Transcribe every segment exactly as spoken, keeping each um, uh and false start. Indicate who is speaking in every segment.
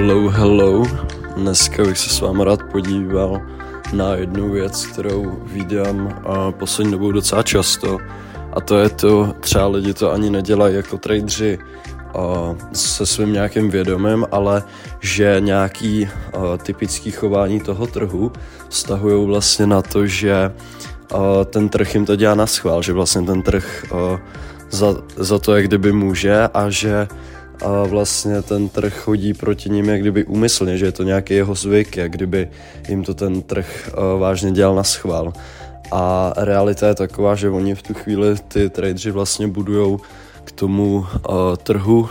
Speaker 1: Hello, hello. Dneska bych se s vámi rád podíval na jednu věc, kterou vidím poslední dobou docela často. A to je to, třeba lidi to ani nedělají jako tradeři se svým nějakým vědomím, ale že nějaký typický chování toho trhu vztahují vlastně na to, že ten trh jim to dělá na schvál, že vlastně ten trh za, za to, jak kdyby může a že a vlastně ten trh chodí proti ním jak kdyby úmyslně, že je to nějaký jeho zvyk, jak kdyby jim to ten trh uh, vážně dělal na schvál. A realita je taková, že oni v tu chvíli ty tradeři vlastně budujou k tomu uh, trhu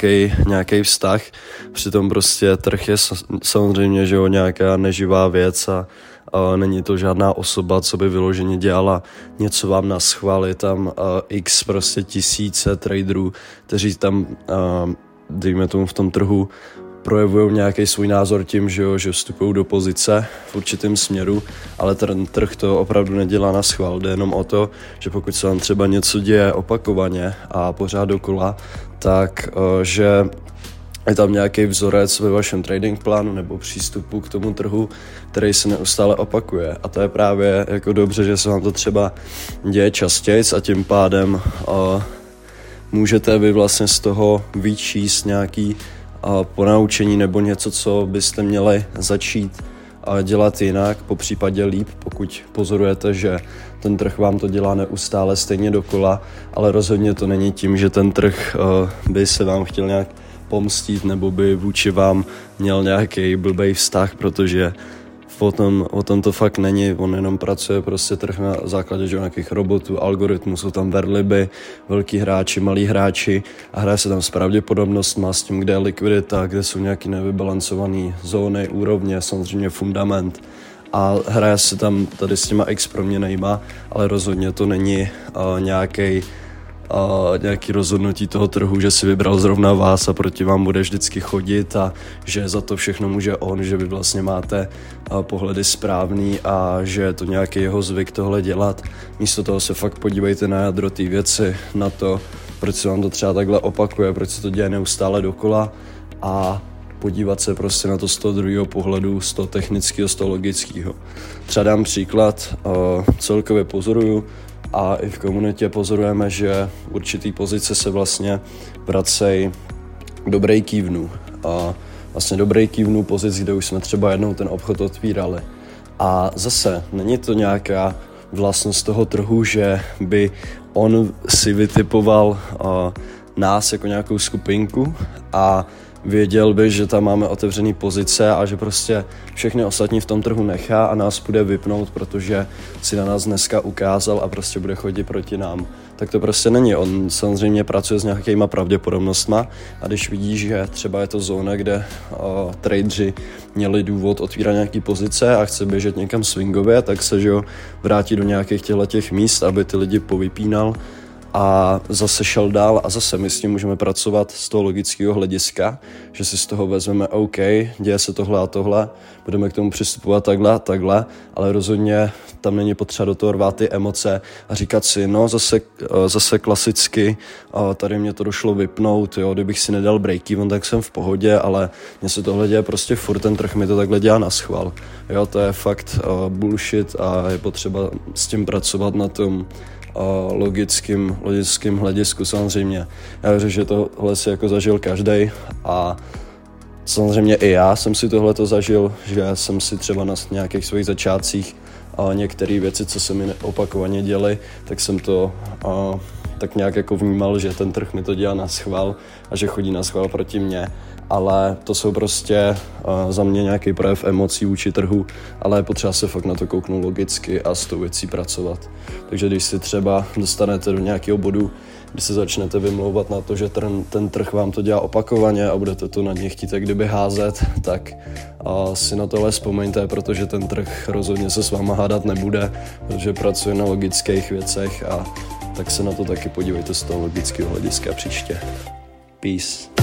Speaker 1: nějaký vztah, přitom prostě trh je samozřejmě, že jo, nějaká neživá věc a Uh, není to žádná osoba, co by vyloženě dělala něco vám na schvál, je tam uh, x prostě tisíce traderů, kteří tam, uh, dejme tomu v tom trhu, projevují nějaký svůj názor tím, že, jo, že vstupují do pozice v určitém směru, ale ten trh to opravdu nedělá na schvál, jde jenom o to, že pokud se vám třeba něco děje opakovaně a pořád dokola, tak uh, že je tam nějaký vzorec ve vašem trading plánu nebo přístupu k tomu trhu, který se neustále opakuje. A to je právě jako dobře, že se vám to třeba děje častěji a tím pádem uh, můžete vy vlastně z toho vyčíst nějaký uh, ponaučení nebo něco, co byste měli začít uh, dělat jinak, po případě líp, pokud pozorujete, že ten trh vám to dělá neustále stejně dokola, ale rozhodně to není tím, že ten trh uh, by se vám chtěl nějak pomstít nebo by vůči vám měl nějaký blbej vztah, protože o tom, o tom to fakt není, on jenom pracuje prostě trh na základě že nějakých robotů, algoritmů, jsou tam verliby, velký hráči, malí hráči a hraje se tam s pravděpodobnostma, s tím, kde je likvidita, kde jsou nějaký nevybalancované zóny, úrovně, samozřejmě fundament a hraje se tam tady s těma X proměnejma, ale rozhodně to není uh, nějaký a nějaký rozhodnutí toho trhu, že si vybral zrovna vás a proti vám bude vždycky chodit a že za to všechno může on, že vy vlastně máte pohledy správný a že je to nějaký jeho zvyk tohle dělat. Místo toho se fakt podívejte na jádro té věci, na to, proč se vám to třeba takhle opakuje, proč se to děje neustále dokola a podívat se prostě na to z toho druhého pohledu, z toho technického, z toho logického. Třeba dám příklad, celkově pozoruju, a i v komunitě pozorujeme, že určitý pozice se vlastně vracejí do break-evenů. A vlastně do break-evenů pozic, kde už jsme třeba jednou ten obchod otvírali. A zase není to nějaká vlastnost toho trhu, že by on si vytipoval uh, nás jako nějakou skupinku a věděl by, že tam máme otevřený pozice a že prostě všechny ostatní v tom trhu nechá a nás bude vypnout, protože si na nás dneska ukázal a prostě bude chodit proti nám. Tak to prostě není. On samozřejmě pracuje s nějakýma pravděpodobnostma a když vidí, že třeba je to zóna, kde uh, tradeři měli důvod otvírat nějaký pozice a chce běžet někam swingově, tak se že jo, vrátí do nějakých těchto míst, aby ty lidi povypínal a zase šel dál a zase my s tím můžeme pracovat z toho logického hlediska, že si z toho vezmeme OK, děje se tohle a tohle, budeme k tomu přistupovat takhle a takhle, ale rozhodně tam není potřeba do toho rvát ty emoce a říkat si, no zase, zase klasicky, tady mě to došlo vypnout, jo, kdybych si nedal break-even, tak jsem v pohodě, ale mně se tohle děje prostě furt, ten trh mi to takhle dělá na schvál. Jo, to je fakt bullshit a je potřeba s tím pracovat na tom logickým, logickým hledisku samozřejmě. Já věřím, že tohle si jako zažil každej a samozřejmě i já jsem si tohleto zažil, že jsem si třeba na nějakých svých začátcích a některé věci, co se mi opakovaně děly, tak jsem to a, tak nějak jako vnímal, že ten trh mi to dělá na schvál a že chodí na schvál proti mně. Ale to jsou prostě uh, za mě nějaký projev emocí vůči trhu, ale je potřeba se fakt na to kouknout logicky a s tou věcí pracovat. Takže když si třeba dostanete do nějakého bodu, kdy se začnete vymlouvat na to, že ten, ten trh vám to dělá opakovaně a budete to na něj chtít jak kdyby házet, tak uh, si na tohle vzpomeňte, protože ten trh rozhodně se s váma hádat nebude, protože pracuje na logických věcech a tak se na to taky podívejte z toho logického hlediska příště. Peace.